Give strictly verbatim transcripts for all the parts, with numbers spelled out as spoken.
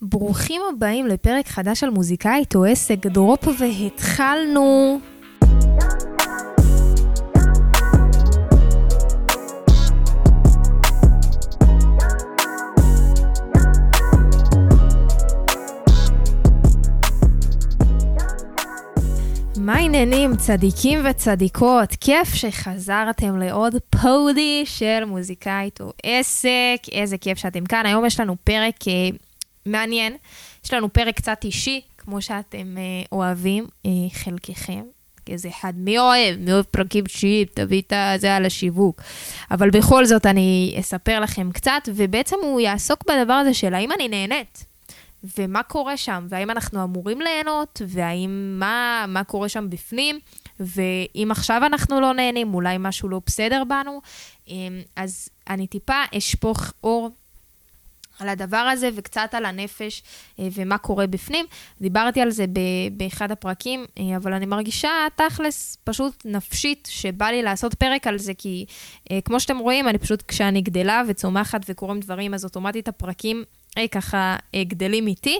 ברוכים הבאים לפרק חדש על מוזיקאית או עסק דרופ והתחלנו. מה העניינים צדיקים וצדיקות? כיף שחזרתם לעוד פודי של מוזיקאית או עסק. איזה כיף שאתם כאן. היום יש לנו פרק אה, מעניין. יש לנו פרק קצת אישי, כמו שאתם אה, אוהבים, אה, חלקכם. איזה אחד מי אוהב, מי אוהב פרקים אישיים, תביא את זה על השיווק. אבל בכל זאת אני אספר לכם קצת, ובעצם הוא יעסוק בדבר הזה של האם אני נהנית. ומה קורה שם, והאם אנחנו אמורים ליהנות, והאם מה, מה קורה שם בפנים, ואם עכשיו אנחנו לא נהנים, אולי משהו לא בסדר בנו, אז אני טיפה אשפוך אור על הדבר הזה, וקצת על הנפש, ומה קורה בפנים. דיברתי על זה באחד הפרקים, אבל אני מרגישה תכלס פשוט נפשית, שבא לי לעשות פרק על זה, כי כמו שאתם רואים, אני פשוט כשאני גדלה וצומחת וקוראים דברים, אז אוטומטית הפרקים, אי, ככה גדלים איתי,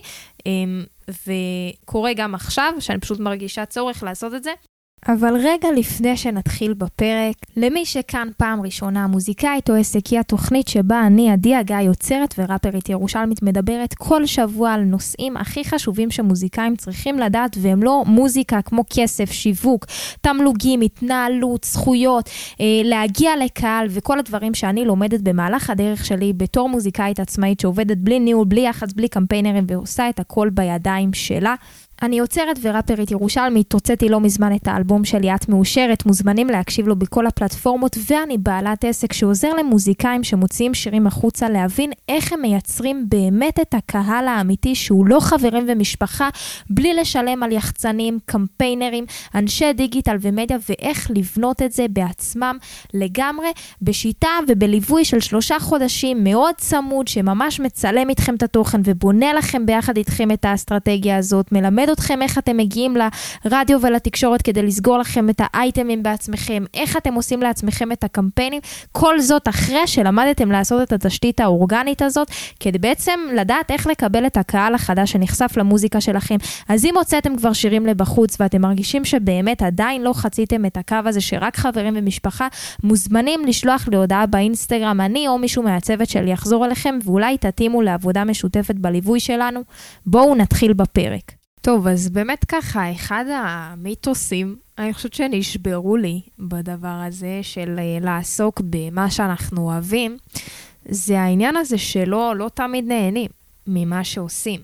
וקורה גם עכשיו, שאני פשוט מרגישה צורך לעשות את זה. אבל רגע לפני שנתחיל בפרק, למי שכאן פעם ראשונה, מוזיקאית או עסק היא התוכנית שבה אני, עדי הגיא, יוצרת וראפרית ירושלמית, מדברת כל שבוע על נושאים הכי חשובים שמוזיקאים צריכים לדעת, והם לא מוזיקה כמו כסף, שיווק, תמלוגים, התנהלות, זכויות, להגיע לקהל וכל הדברים שאני לומדת במהלך הדרך שלי בתור מוזיקאית עצמאית שעובדת בלי ניהול, בלי יחס, בלי קמפיינרים ועושה את הכל בידיים שלה. אני יוצרת וראפרית ירושלמית, הוצאתי לא מזמן את האלבום שלי את מאושרת, מוזמנים להקשיב לו בכל הפלטפורמות, ואני בעלת עסק שעוזר למוזיקאים שמוציאים שירים החוצה להבין איך הם מייצרים באמת את הקהל האמיתי שהוא לא חברים ומשפחה, בלי לשלם על יחצנים, קמפיינרים, אנשי דיגיטל ומדיה, ואיך לבנות את זה בעצמם לגמרי, בשיטה ובליווי של שלושה חודשים מאוד צמוד, שממש מצלם איתכם את התוכן ובונה לכם ביחד איתכם את האסטרטגיה הזאת, מלמד אתכם איך אתם מגיעים לרדיו ולתקשורת כדי לסגור לכם את האייטמים בעצמכם, איך אתם עושים לעצמכם את הקמפיינים, כל זאת אחרי שלמדתם לעשות את התשתית האורגנית הזאת, כדי בעצם לדעת איך לקבל את הקהל החדש שנחשף למוזיקה שלכם. אז אם הוצאתם כבר שירים לבחוץ ואתם מרגישים שבאמת עדיין לא חציתם את הקו הזה שרק חברים ומשפחה, מוזמנים לשלוח לי הודעה באינסטגרם, אני או מישהו מהצוות שלי יחזור אליכם ואולי תתאימו לעבודה משותפת בליווי שלנו. בואו נתחיל בפרק. טוב, אז באמת ככה, אחד המיתוסים, אני חושבת שנשברו לי בדבר הזה של לעסוק במה שאנחנו אוהבים, זה העניין הזה שלא לא תמיד נהנים ממה שעושים.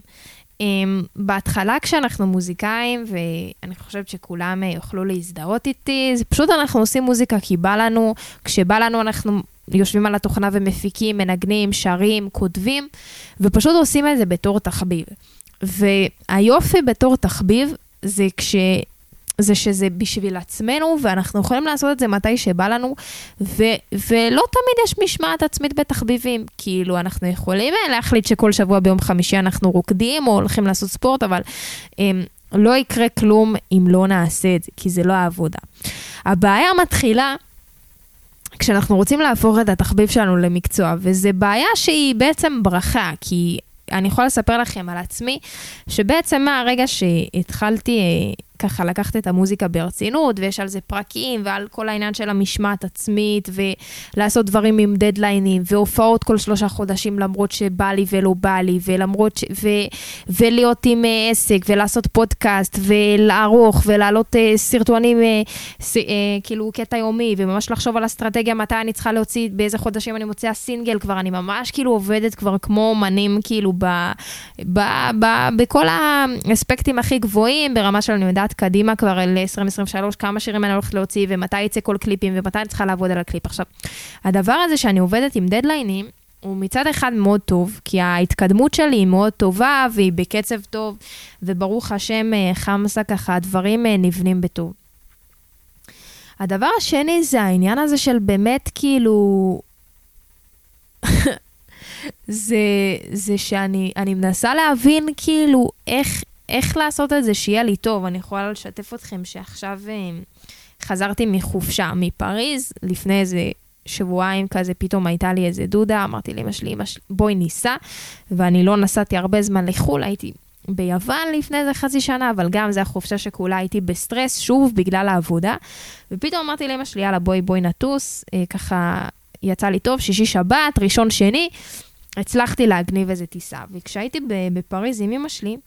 בהתחלה כשאנחנו מוזיקאים, ואני חושבת שכולם יוכלו להזדהות איתי, זה פשוט אנחנו עושים מוזיקה כי בא לנו, כשבא לנו אנחנו יושבים על התוכנה ומפיקים, מנגנים, שרים, כותבים, ופשוט עושים את זה בתור תחביב. והיופי בתור תחביב זה כש... זה שזה בשביל עצמנו, ואנחנו יכולים לעשות את זה מתי שבא לנו, ו... ולא תמיד יש משמעת עצמית בתחביבים, כאילו אנחנו יכולים להחליט שכל שבוע ביום חמישי אנחנו רוקדים, או הולכים לעשות ספורט, אבל הם, לא יקרה כלום אם לא נעשה את זה, כי זה לא העבודה. הבעיה מתחילה, כשאנחנו רוצים להפוך את התחביב שלנו למקצוע, וזה בעיה שהיא בעצם ברכה, כי אני יכולה לספר לכם על עצמי, שבעצם מהרגע שהתחלתי ככה לקחת את המוזיקה ברצינות, ויש על זה פרקים, ועל כל העניין של המשמעת עצמית, ולעשות דברים עם דדליינים, והופעות כל שלושה חודשים, למרות שבא לי ולא בא לי, ולמרות ש... ו... ולהיות עם עסק, ולעשות פודקאסט, ולערוך, ולעלות סרטונים, ס... כאילו קטע יומי, וממש לחשוב על אסטרטגיה, מתי אני צריכה להוציא, באיזה חודשים אני מוציאה סינגל כבר, אני ממש כאילו עובדת כבר כמו אומנים, כאילו ב... ב... ב... בכל האספקטים הכי גבוהים, ברמה של אני יודעת קדימה כבר ל-עשרים עשרים ושלוש, כמה שירים אני הולכת להוציא, ומתי יצא כל קליפים, ומתי אני צריכה לעבוד על הקליפ. עכשיו, הדבר הזה שאני עובדת עם דדליינים, הוא מצד אחד מאוד טוב, כי ההתקדמות שלי היא מאוד טובה, והיא בקצב טוב, וברוך השם חמסה ככה, הדברים נבנים בטוב. הדבר השני זה העניין הזה של באמת כאילו, זה, זה שאני, אני מנסה להבין כאילו איך, איך לעשות את זה שיהיה לי טוב. אני יכולה לשתף אתכם שעכשיו חזרתי מחופשה מפריז, לפני איזה שבועיים כזה, פתאום הייתה לי איזה דודה, אמרתי לאמא שלי, אמא שלי, בואי ניסה, ואני לא נסעתי הרבה זמן לחול, הייתי ביוון לפני איזה חצי שנה, אבל גם זה החופשה שכולה הייתי בסטרס, שוב, בגלל העבודה, ופתאום אמרתי לאמא שלי, יאללה, בואי, בואי נטוס, אה, ככה יצא לי טוב, שישי שבת, ראשון שני, הצלחתי להגניב איזה טיסה, וכשהייתי בפריז עם אמא שלי,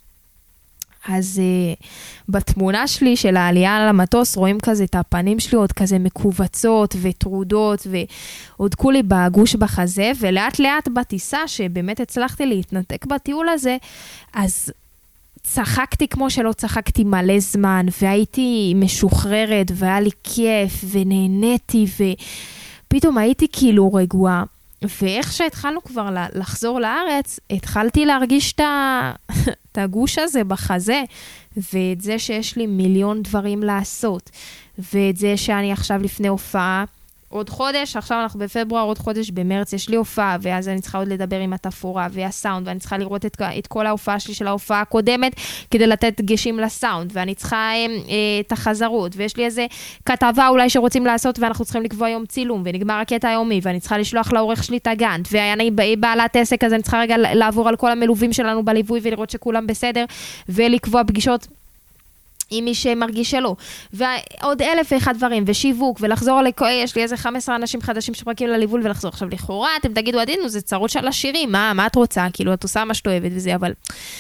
אז uh, בתמונה שלי של העלייה על המטוס, רואים כזה את הפנים שלי עוד כזה מקובצות וטרודות, ועוד כולי בגוש בחזה, ולאט לאט בטיסה, שבאמת הצלחתי להתנתק בטיול הזה, אז צחקתי כמו שלא צחקתי מלא זמן, והייתי משוחררת, והיה לי כיף, ונהניתי, ופתאום הייתי כאילו רגועה. ואיך שהתחלנו כבר לחזור לארץ, התחלתי להרגיש את הגוש הזה בחזה, ואת זה שיש לי מיליון דברים לעשות, ואת זה שאני עכשיו לפני הופעה, עוד חודש, עכשיו אנחנו בפברואר, עוד חודש במרץ, יש לי הופעה, ואז אני צריכה עוד לדבר עם התפאורה והסאונד, ואני צריכה לראות את, את כל ההופעה שלי של ההופעה הקודמת, כדי לתת דגשים לסאונד, ואני צריכה אה, את החזרות, ויש לי איזה כתבה אולי שרוצים לעשות, ואנחנו צריכים לקבוע יום צילום, ונגמר הקטע היומי, ואני צריכה לשלוח לעורך שלי את הגאנט, ואני בעלת עסק, אז אני צריכה רגע לעבור על כל המלווים שלנו בליווי, ולראות שכולם בסדר, ולקבוע פגישות עם מי שמרגיש שלו, ועוד אלף ואחד דברים, ושיווק, ולחזור לכל, יש לי איזה חמישה עשר אנשים חדשים שפרקים לליווי, ולחזור עכשיו לכאורה, אתם תגידו, עדינו, זה צרות של השירים, מה, מה את רוצה? כאילו, את עושה מה שאת אוהבת וזה, אבל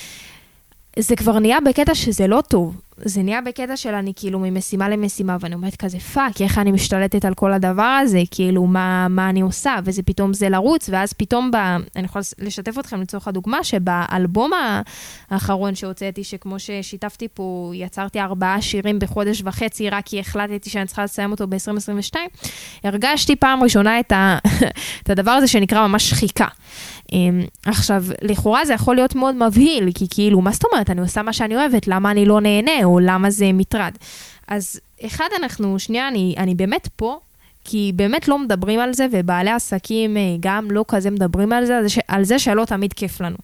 זה כבר נהיה בקטע שזה לא טוב, זה נהיה בקטע של אני כאילו ממשימה למשימה, ואני אומרת כזה, פאק, איך אני משתלטת על כל הדבר הזה, כאילו, מה, מה אני עושה, וזה פתאום זה לרוץ, ואז פתאום, ב, אני יכולה לשתף אתכם לצורך הדוגמה, שבאלבום האחרון שהוצאתי, שכמו ששיתפתי פה, יצרתי ארבעה שירים בחודש וחצי, רק כי החלטתי שאני צריכה לסיים אותו ב-עשרים עשרים ושתיים, הרגשתי פעם ראשונה את, ה, את הדבר הזה שנקרא ממש שחיקה. עכשיו, לכאורה זה יכול להיות מאוד מבהיל, כי כאילו, מה זאת אומרת? אני עושה מה שאני אוהבת, למה אני לא נהנה, או למה זה מטרד? אז אחד אנחנו, שנייה, אני, אני באמת פה, כי באמת לא מדברים על זה, ובעלי עסקים גם לא כזה מדברים על זה, על זה שלא תמיד כיף לנו.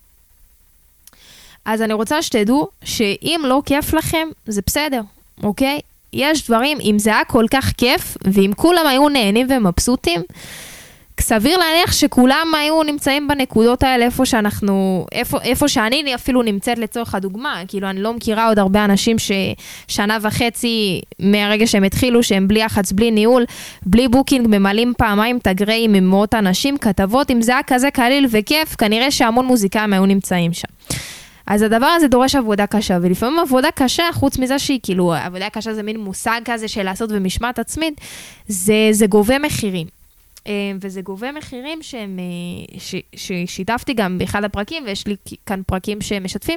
אז אני רוצה שתדעו, שאם לא כיף לכם, זה בסדר, אוקיי? יש דברים, אם זה היה כל כך כיף, ואם כולם היו נהנים ומבסוטים, סביר להניח שכולם היו נמצאים בנקודות האלה, איפה שאנחנו, איפה, איפה שאני אפילו נמצאת לצורך הדוגמה, כאילו אני לא מכירה עוד הרבה אנשים ששנה וחצי מהרגע שהם התחילו, שהם בלי לחץ, בלי ניהול, בלי בוקינג, ממלאים פעמיים תגרעים עם מאות אנשים, כתבות, אם זה היה כזה קליל וכיף, כנראה שהמון מוזיקאים היו נמצאים שם. אז הדבר הזה דורש עבודה קשה, ולפעמים עבודה קשה, חוץ מזה שהיא, כאילו, עבודה קשה זה מין מושג כזה של לעשות ומשמעת עצמית, זה, זה גובה מחירים. וזה גובה מחירים שהם, ששיתפתי גם באחד הפרקים, ויש לי כאן פרקים שמשתפים,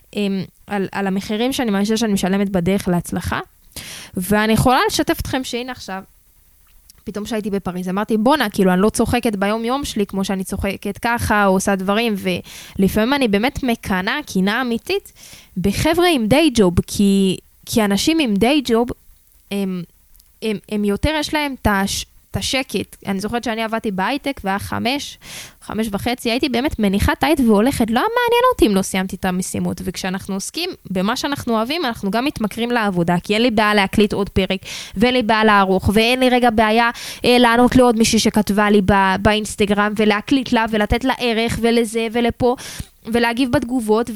על, על המחירים שאני מרגישה שאני משלמת בדרך להצלחה, ואני יכולה לשתף אתכם שהנה עכשיו, פתאום שהייתי בפריז, אמרתי, בונה, כאילו אני לא צוחקת ביום יום שלי, כמו שאני צוחקת ככה, או עושה דברים, ולפעמים אני באמת מקנה, קינה אמיתית, בחבר'ה עם די ג'וב, כי, כי אנשים עם די ג'וב, הם, הם, הם יותר יש להם תש, את השקט. אני זוכרת שאני עבדתי בהייטק, והיה חמש, חמש וחצי, הייתי באמת מניחה טייט והולכת, לא מעניין אותי אם לא סיימתי את המשימות, וכשאנחנו עוסקים במה שאנחנו אוהבים, אנחנו גם מתמכרים לעבודה, כי אין לי בעיה להקליט עוד פרק, ואין לי בעיה לערוך, ואין לי רגע בעיה אה, לענות לעוד מישהי שכתבה לי בא, באינסטגרם, ולהקליט לה, ולתת לה ערך, ולזה ולפה, ולהגיב בתגובות,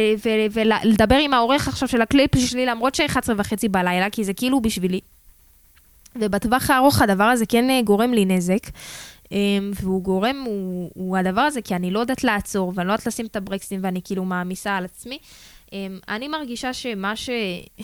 ולדבר עם העורך עכשיו של הקליפ שלי, למרות ש-אחת עשרה וחצי בלילה, כי זה כאילו בשבילי. ובטווח הארוך הדבר הזה כן גורם לי נזק, והוא גורם, הוא, הוא הדבר הזה, כי אני לא יודעת לעצור, ואני לא יודעת לשים את הברקסים, ואני כאילו מעמיסה על עצמי. אני מרגישה שמה ש...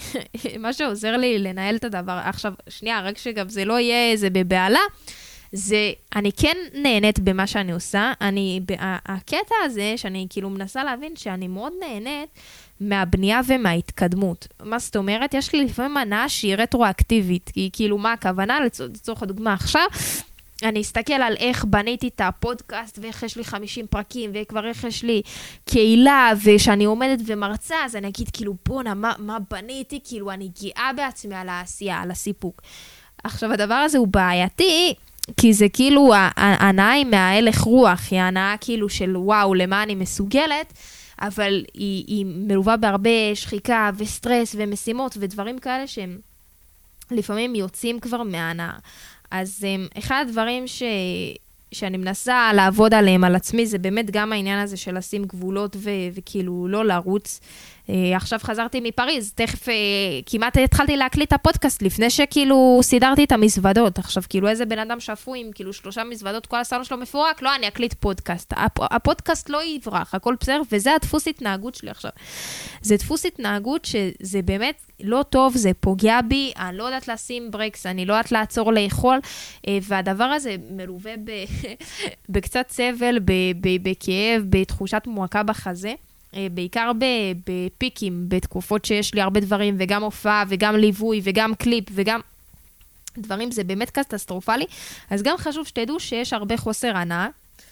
מה שעוזר לי לנהל את הדבר, עכשיו, שנייה, רק שגם זה לא יהיה איזה בבעלה, זה, אני כן נהנית במה שאני עושה, אני, הקטע הזה, שאני כאילו מנסה להבין שאני מאוד נהנית, מהבנייה ומההתקדמות. מה זאת אומרת? יש לי לפעמים הנאה שהיא רטרואקטיבית, כי כאילו מה הכוונה? לצורך הדוגמה עכשיו, אני אסתכל על איך בניתי את הפודקאסט, ואיך יש לי חמישים פרקים, וכבר איך יש לי קהילה, ושאני עומדת ומרצה, אז אני אגיד כאילו, בונה, מה, מה בניתי? כאילו אני גאה בעצמי על העשייה, על הסיפוק. עכשיו הדבר הזה הוא בעייתי, כי זה כאילו, ההנאה היא מההלך רוח, היא ההנאה כאילו של וואו, למה אני מסוגלת, אבל היא, היא מלווה בהרבה שחיקה וסטרס ומשימות ודברים כאלה שהם לפעמים יוצאים כבר מההנאה. אז אחד הדברים ש... שאני מנסה לעבוד עליהם על עצמי, זה באמת גם העניין הזה של לשים גבולות ו... וכאילו לא לרוץ. עכשיו חזרתי מפריז, תכף כמעט התחלתי להקליט את הפודקאסט, לפני שכאילו סידרתי את המזוודות. עכשיו, כאילו איזה בן אדם שפוי עם כאילו שלושה מזוודות, כל הסלון שלו מפורק, לא, אני אקליט פודקאסט. הפ- הפודקאסט לא יברח, הכל בסדר, וזה הדפוס התנהגות שלי עכשיו. זה דפוס התנהגות שזה באמת לא טוב, זה פוגע בי, אני לא יודעת לשים ברקס, אני לא יודעת לעצור לאכול, והדבר הזה מלווה ב- בקצת סבל, ב- ב- בכאב, בתחושת מועקה בחזה. בעיקר בפיקים, בתקופות שיש לי הרבה דברים, וגם הופעה, וגם ליווי, וגם קליפ, וגם דברים, זה באמת קטסטרופלי. אז גם חשוב שתדעו שיש הרבה חוסר הנאה,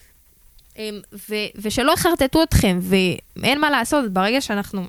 ו- ושלא יחרטטו אתכם, ואין מה לעשות, ברגע שאנחנו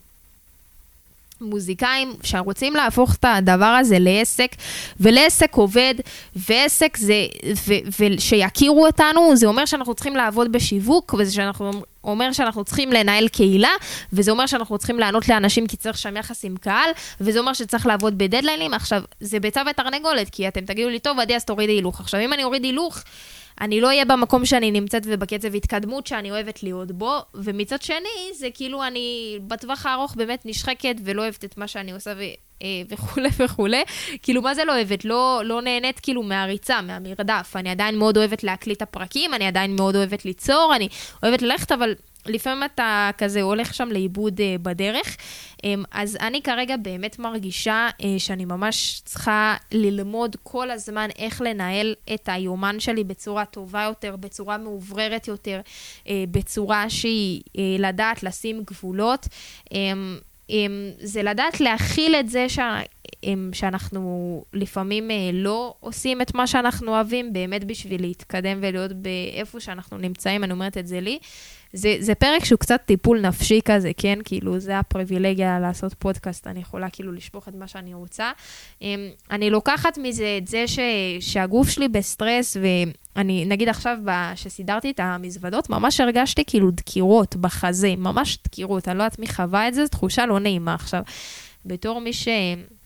מוזיקאים שרוצים להפוך את הדבר הזה לעסק, ולעסק עובד, ועסק זה, ו- ושיכירו אותנו, זה אומר שאנחנו צריכים לעבוד בשיווק, וזה שאנחנו אומר שאנחנו צריכים לנהל קהילה, וזה אומר שאנחנו צריכים לענות לאנשים כי צריך שם יחס עם קהל, וזה אומר שצריך לעבוד בדדליינים. עכשיו, זה ביצה ותרנגולת, כי אתם תגידו לי, טוב, עדי, אז תורידי הילוך. עכשיו, אם אני אוריד הילוך, אני לא אהיה במקום שאני נמצאת ובקצב התקדמות שאני אוהבת להיות בו, ומצד שני, זה כאילו אני בטווח הארוך באמת נשחקת ולא אוהבת את מה שאני עושה ו... וכו' וכו'. כאילו, מה זה לא אוהבת? לא, לא נהנית כאילו מהריצה, מהמרדף. אני עדיין מאוד אוהבת להקליט הפרקים, אני עדיין מאוד אוהבת ליצור, אני אוהבת ללכת, אבל לפעמים אתה כזה הולך שם לאיבוד uh, בדרך. Um, אז אני כרגע באמת מרגישה uh, שאני ממש צריכה ללמוד כל הזמן איך לנהל את היומן שלי בצורה טובה יותר, בצורה מעובררת יותר, uh, בצורה שהיא uh, לדעת לשים גבולות. Um, um, זה לדעת להכיל את זה שה... שאנחנו לפעמים לא עושים את מה שאנחנו אוהבים, באמת בשביל להתקדם ולהיות באיפה שאנחנו נמצאים, אני אומרת את זה לי. זה, זה פרק שהוא קצת טיפול נפשי כזה, כן? כאילו, זה הפריבילגיה לעשות פודקאסט, אני יכולה כאילו לשפוך את מה שאני רוצה. אני לוקחת מזה את זה ש, שהגוף שלי בסטרס, ואני, נגיד עכשיו שסידרתי את המזוודות, ממש הרגשתי כאילו דקירות בחזה, ממש דקירות, אני לא יודעת מי חווה את זה, זו תחושה לא נעימה עכשיו. בתור מי ש...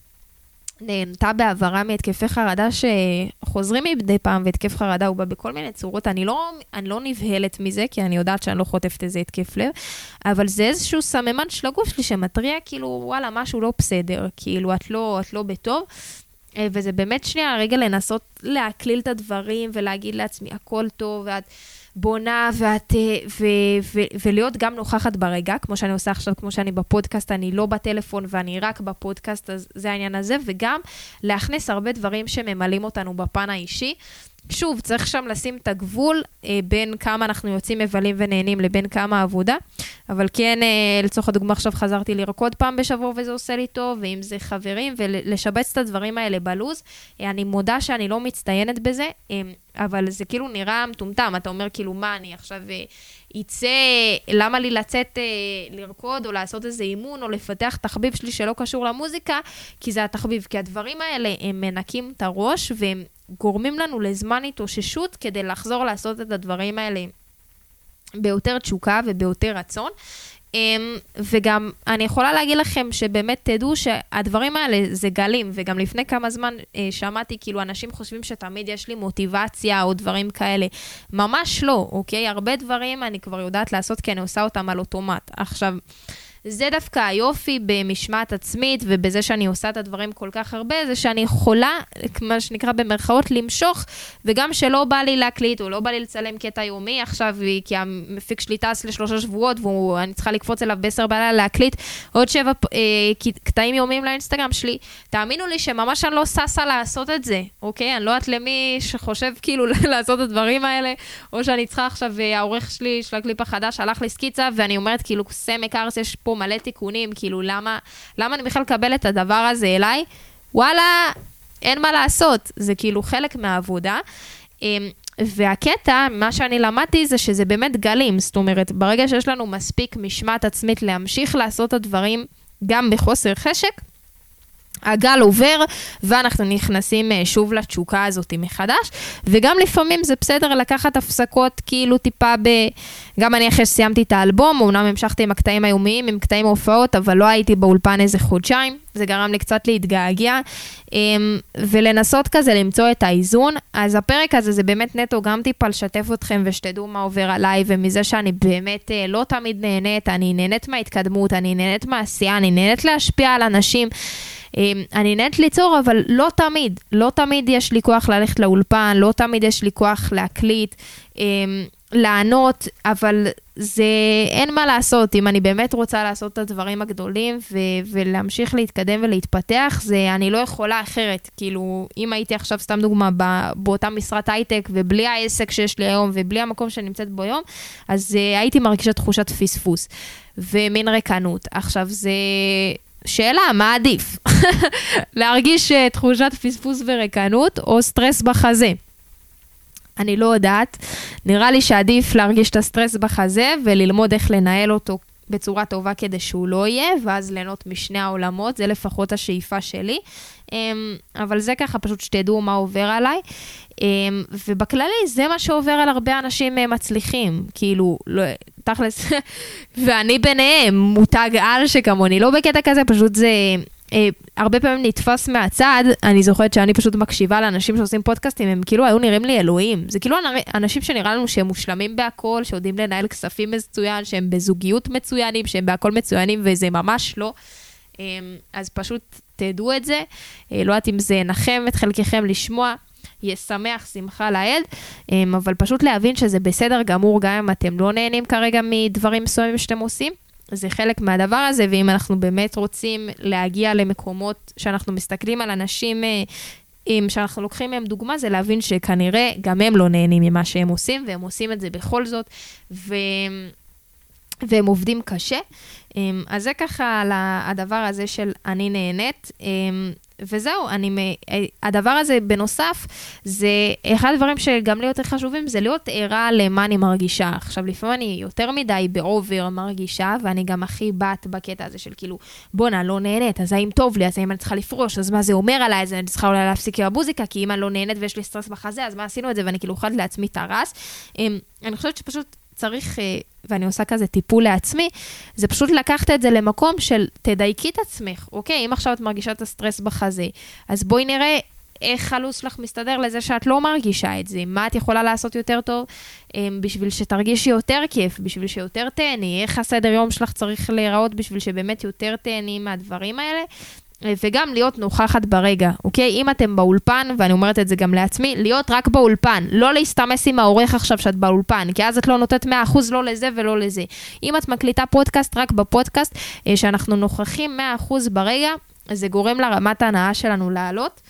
נהנתה בעברה מהתקפי חרדה שחוזרים מדי פעם, והתקף חרדה הוא בא בכל מיני צורות. אני לא, אני לא נבהלת מזה, כי אני יודעת שאני לא חוטפת איזה התקף לב, אבל זה איזשהו סממן של הגוף שלי שמטריע, כאילו, וואלה, משהו לא בסדר, כאילו, את לא, את לא בטוב, וזה באמת שנייה הרגע לנסות להקליל את הדברים, ולהגיד לעצמי, הכל טוב, ואת בונה, ואת, ו, ו, ולהיות גם נוכחת ברגע, כמו שאני עושה עכשיו, כמו שאני בפודקאסט, אני לא בטלפון, ואני רק בפודקאסט, אז זה העניין הזה, וגם להכניס הרבה דברים שממלאים אותנו בפן האישי. שוב, צריך שם לשים את הגבול אה, בין כמה אנחנו יוצאים מבלים ונהנים לבין כמה עבודה, אבל כן, אה, לצורך הדוגמה, עכשיו חזרתי לרקוד פעם בשבוע וזה עושה לי טוב, ואם זה חברים, ולשבץ את הדברים האלה בלוז, אה, אני מודה שאני לא מצטיינת בזה, אה, אבל זה כאילו נראה מטומטם, אתה אומר כאילו מה אני עכשיו אה, יצא, למה לי לצאת אה, לרקוד או לעשות איזה אימון או לפתח תחביב שלי שלא קשור למוזיקה, כי זה התחביב, כי הדברים האלה הם מנקים את הראש והם גורמים לנו לזמן התאוששות כדי לחזור לעשות את הדברים האלה ביותר תשוקה וביותר רצון. וגם אני יכולה להגיד לכם שבאמת תדעו שהדברים האלה זה גלים, וגם לפני כמה זמן שמעתי כאילו אנשים חושבים שתמיד יש לי מוטיבציה או דברים כאלה. ממש לא, אוקיי? הרבה דברים אני כבר יודעת לעשות כי אני עושה אותם על אוטומט. עכשיו, זה דווקא היופי במשמעת עצמית, ובזה שאני עושה את הדברים כל כך הרבה, זה שאני יכולה, מה שנקרא במרכאות, למשוך, וגם שלא בא לי להקליט, או לא בא לי לצלם קטע יומי עכשיו, כי המפיק שלי טס לשלושה שבועות, ואני צריכה לקפוץ אליו בעשר בלילה להקליט עוד שבע אה, קטעים יומיים לאינסטגרם שלי. תאמינו לי שממש אני לא ססה לעשות את זה, אוקיי? אני לא יודעת למי שחושב כאילו לעשות את הדברים האלה, או שאני צריכה עכשיו, העורך שלי של הקליפ החדש הלך לסקיצה, ואני אומרת כאילו, סמק ארס, יש פה מלא תיקונים, כאילו, למה, למה אני בכלל לקבל את הדבר הזה אליי? וואלה, אין מה לעשות. זה כאילו חלק מהעבודה. והקטע, מה שאני למדתי זה שזה באמת גלים. זאת אומרת, ברגע שיש לנו מספיק משמעת עצמית להמשיך לעשות את הדברים גם בחוסר חשק, הגל עובר, ואנחנו נכנסים שוב לתשוקה הזאת מחדש, וגם לפעמים זה בסדר לקחת הפסקות כאילו טיפה ב... גם אני אחרי שסיימתי את האלבום, אמנם המשכתי עם הקטעים היומיים, עם קטעים ההופעות, אבל לא הייתי באולפן איזה חודשיים, זה גרם לי קצת להתגעגע, ולנסות כזה למצוא את האיזון. אז הפרק הזה זה באמת נטו גם טיפה לשתף אתכם ושתדעו מה עובר עליי, ומזה שאני באמת לא תמיד נהנית, אני נהנית מההתקדמות, אני נהנית מהעשייה, אני נהנית להשפיע על אנשים, אני נהנית ליצור, אבל לא תמיד, לא תמיד יש לי כוח ללכת לאולפן, לא תמיד יש לי כוח להקליט, לענות, אבל זה אין מה לעשות. אם אני באמת רוצה לעשות את הדברים הגדולים ו- ולהמשיך להתקדם ולהתפתח, זה אני לא יכולה אחרת. כאילו, אם הייתי עכשיו סתם דוגמה ב- באותה משרת הייטק ובלי העסק שיש לי היום ובלי המקום שאני נמצאת בו היום, אז uh, הייתי מרגישה תחושת פספוס ומין ריקנות. עכשיו זה שאלה, מה עדיף? להרגיש uh, תחושת פספוס וריקנות או סטרס בחזה? אני לא יודעת, נראה לי שעדיף להרגיש את הסטרס בחזה וללמוד איך לנהל אותו בצורה טובה כדי שהוא לא יהיה, ואז ליהנות משני העולמות, זה לפחות השאיפה שלי. אבל זה ככה פשוט שתדעו מה עובר עליי, ובכללי זה מה שעובר על הרבה אנשים מצליחים, כאילו, לא, תכלס, ואני ביניהם, מותג על שכמוני, לא בקטע כזה, פשוט זה... הרבה פעמים נתפס מהצד, אני זוכרת שאני פשוט מקשיבה לאנשים שעושים פודקאסטים, הם כאילו היו נראים לי אלוהים. זה כאילו אנשים שנראה לנו שהם מושלמים בהכל, שיודעים לנהל כספים מצוין, שהם בזוגיות מצוינים, שהם בהכל מצוינים, וזה ממש לא. אז פשוט תדעו את זה. לא יודעת אם זה נחם את חלקכם לשמוע, ישמח, שמחה לעד, אבל פשוט להבין שזה בסדר גמור, גם אם אתם לא נהנים כרגע מדברים מסוימים שאתם עושים. זה חלק מהדבר הזה, ואם אנחנו באמת רוצים להגיע למקומות שאנחנו מסתכלים על אנשים, אם שאנחנו לוקחים מהם דוגמה, זה להבין שכנראה גם הם לא נהנים ממה שהם עושים, והם עושים את זה בכל זאת, ו... והם עובדים קשה. אז זה ככה על הדבר הזה של אני נהנית, וזהו, אני, הדבר הזה בנוסף, זה אחד הדברים שגם לי יותר חשובים, זה להיות ערה למה אני מרגישה. עכשיו, לפעמים אני יותר מדי באובר מרגישה, ואני גם הכי בת בקטע הזה של כאילו, בונה, לא נהנית, אז האם טוב לי, אז האם אני צריכה לפרוש, אז מה זה אומר עליי, אז אני צריכה אולי להפסיק עם המוזיקה, כי אם אני לא נהנית ויש לי סטרס בחזה, אז מה עשינו את זה, ואני כאילו אוכל לעצמי תרס. אני חושבת שפשוט צריך, ואני עושה כזה טיפול לעצמי, זה פשוט לקחת את זה למקום של תדייקי את עצמך, אוקיי? אם עכשיו את מרגישה את הסטרס בחזה, אז בואי נראה איך הלו"ז שלך מסתדר לזה שאת לא מרגישה את זה, מה את יכולה לעשות יותר טוב, בשביל שתרגישי יותר כיף, בשביל שיותר תהני, איך הסדר יום שלך צריך להיראות, בשביל שבאמת יותר תהני מהדברים האלה, וגם להיות נוכחת ברגע, אוקיי? אם אתם באולפן, ואני אומרת את זה גם לעצמי, להיות רק באולפן, לא להסתמס עם העורך עכשיו שאת באולפן, כי אז את לא נותנת מאה אחוז לא לזה ולא לזה. אם את מקליטה פודקאסט רק בפודקאסט, שאנחנו נוכחים מאה אחוז ברגע, זה גורם לרמת ההנאה שלנו לעלות.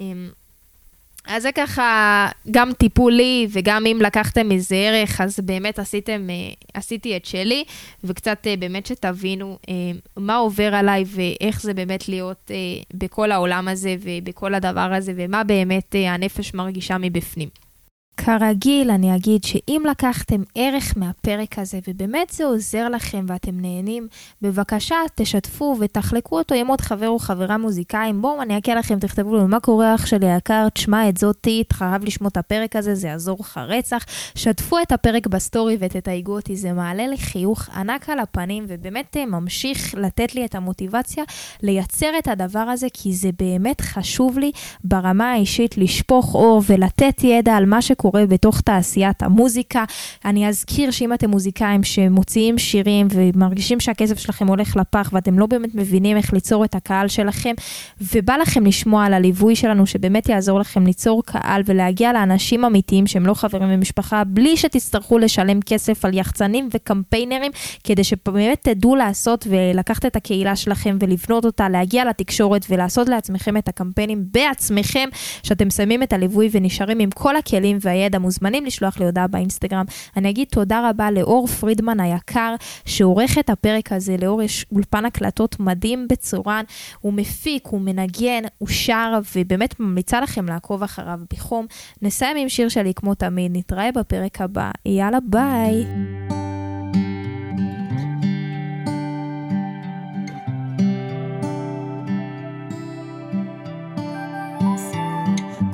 אז זה ככה גם טיפולי, וגם אם לקחתם איזה ערך, אז באמת עשיתם, עשיתי את שלי, וקצת באמת שתבינו מה עובר עליי, ואיך זה באמת להיות בכל העולם הזה, ובכל הדבר הזה, ומה באמת הנפש מרגישה מבפנים. כרגיל, אני אגיד שאם לקחתם ערך מהפרק הזה, ובאמת זה עוזר לכם ואתם נהנים, בבקשה תשתפו ותחלקו אותו עם עוד חבר או חברה מוזיקאים. בואו, אני אקל לכם, תכתבו לו, מה קורה אח שלי היקר, תשמע את זאתי, תחרב לשמוע את הפרק הזה, זה יעזור לך רצח. שתפו את הפרק בסטורי ותתייגו אותי, זה מעלה לי חיוך ענק על הפנים, ובאמת ממשיך לתת לי את המוטיבציה לייצר את הדבר הזה, כי זה באמת חשוב לי ברמה האישית לשפוך אור ולתת ידע על מה שקורה בתוך תעשיית המוזיקה. אני אזכיר שאם אתם מוזיקאים שמוציאים שירים ומרגישים שהכסף שלכם הולך לפח ואתם לא באמת מבינים איך ליצור את הקהל שלכם, ובא לכם לשמוע על הליווי שלנו שבאמת יעזור לכם ליצור קהל ולהגיע לאנשים אמיתיים שהם לא חברים ומשפחה, בלי שתצטרכו לשלם כסף על יחצנים וקמפיינרים, כדי שבאמת תדעו לעשות ולקחת את הקהילה שלכם ולבנות אותה, להגיע לתקשורת ולעשות לעצמכם את הקמפיינים בעצמכם, שאתם שמים את הליווי ונשארים עם כל הכלים והידע. מוזמנים לשלוח לי הודעה באינסטגרם. אני אגיד תודה רבה לאור פרידמן היקר, שעורך את הפרק הזה. לאור יש אולפן הקלטות מדהים בצורן, הוא מפיק, הוא מנגן, הוא שר, ובאמת ממליצה לכם לעקוב אחריו בחום. נסיים עם שיר שלי כמו תמיד, נתראה בפרק הבא. יאללה ביי.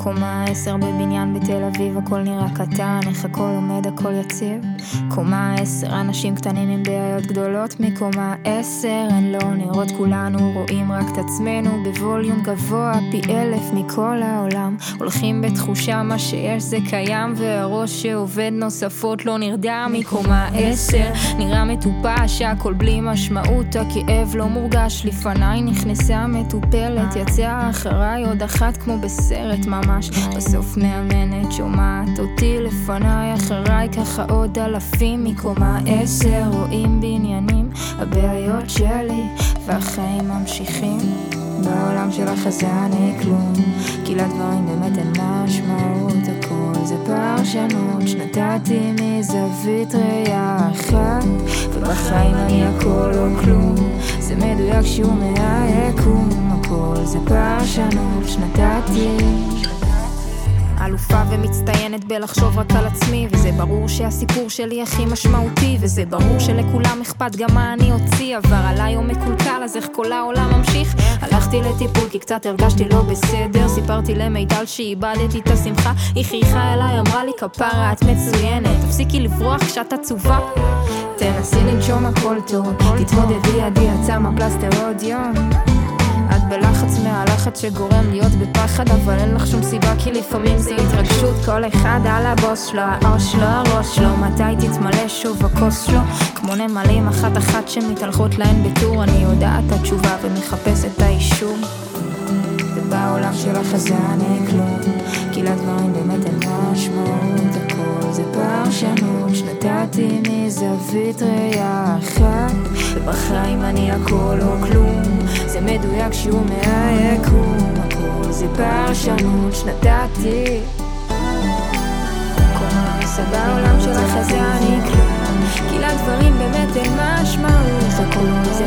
קומה עשר בבניין בתל אביב, הכל נראה קטן, איך הכל עומד, הכל יציב. קומה עשר, אנשים קטנים עם בעיות גדולות. מקומה עשר, הן לא נראות, כולנו רואים רק את עצמנו בווליום גבוה פי אלף מכל העולם. הולכים בתחושה מה שיש זה קיים, והראש שעובד נוספות לא נרדם. מקומה עשר, נראה מטופש, הכל בלי משמעות, הכאב לא מורגש. לפניי נכנסה מטופלת, יצאה אחריי עוד אחת כמו בסרט ממש. בסוף מאמנת שומעת אותי לפניי, אחריי ככה עוד אלפים. מקומה עשר רואים בניינים, הבעיות שלי והחיים ממשיכים. בעולם של החזן אין כלום, כי לדברים באמת אין משמעות, הכל זה פרשנות שנתתי מזווית ראייה אחת, ובחיים אני הכל או כלום, זה מדויק שהוא מהיקום, הכל זה פרשנות שנתתי. אלופה ומצטיינת בלחשוב רק על עצמי, וזה ברור שהסיפור שלי הכי משמעותי, וזה ברור שלכולם אכפת גם מה אני הוציא. עבר עליי יום מקולקל, אז איך כל העולם ממשיך? הלכתי לטיפול כי קצת הרגשתי לא בסדר, סיפרתי למיטל שאיבדתי את השמחה, היא חייכה אליי, אמרה לי כפרה את מצוינת, תפסיקי לברוח כשאת עצובה, תנסי לנשום הכל טוב, תתמודדי עדי יצא מהפלסטר עוד יום. את בלחץ מהלחץ שגורם להיות בפחד, אבל אין לך שום סיבה כי לפעמים זה התרגשות. כל אחד על הבוס שלו, הראש שלו, הראש שלו, מתי תתמלא שוב הכוס שלו, כמו נמלים אחת אחת שמתהלכות להן בטור. אני יודעת את התשובה ומחפש את האישור, ובעולם של החזן אין כלום, כי לדברים באמת אין משמעות, הכל זה פרשנות שנתתי מזווית ראייה אחת, ובחיים אני הכל או כלום, זה מדויק שהוא מהיקום, הכל זה פרשנות שנתתי. קומה עשר בעולם של החזן אין כלום, כי לדברים באמת אין משמעות, הכל זה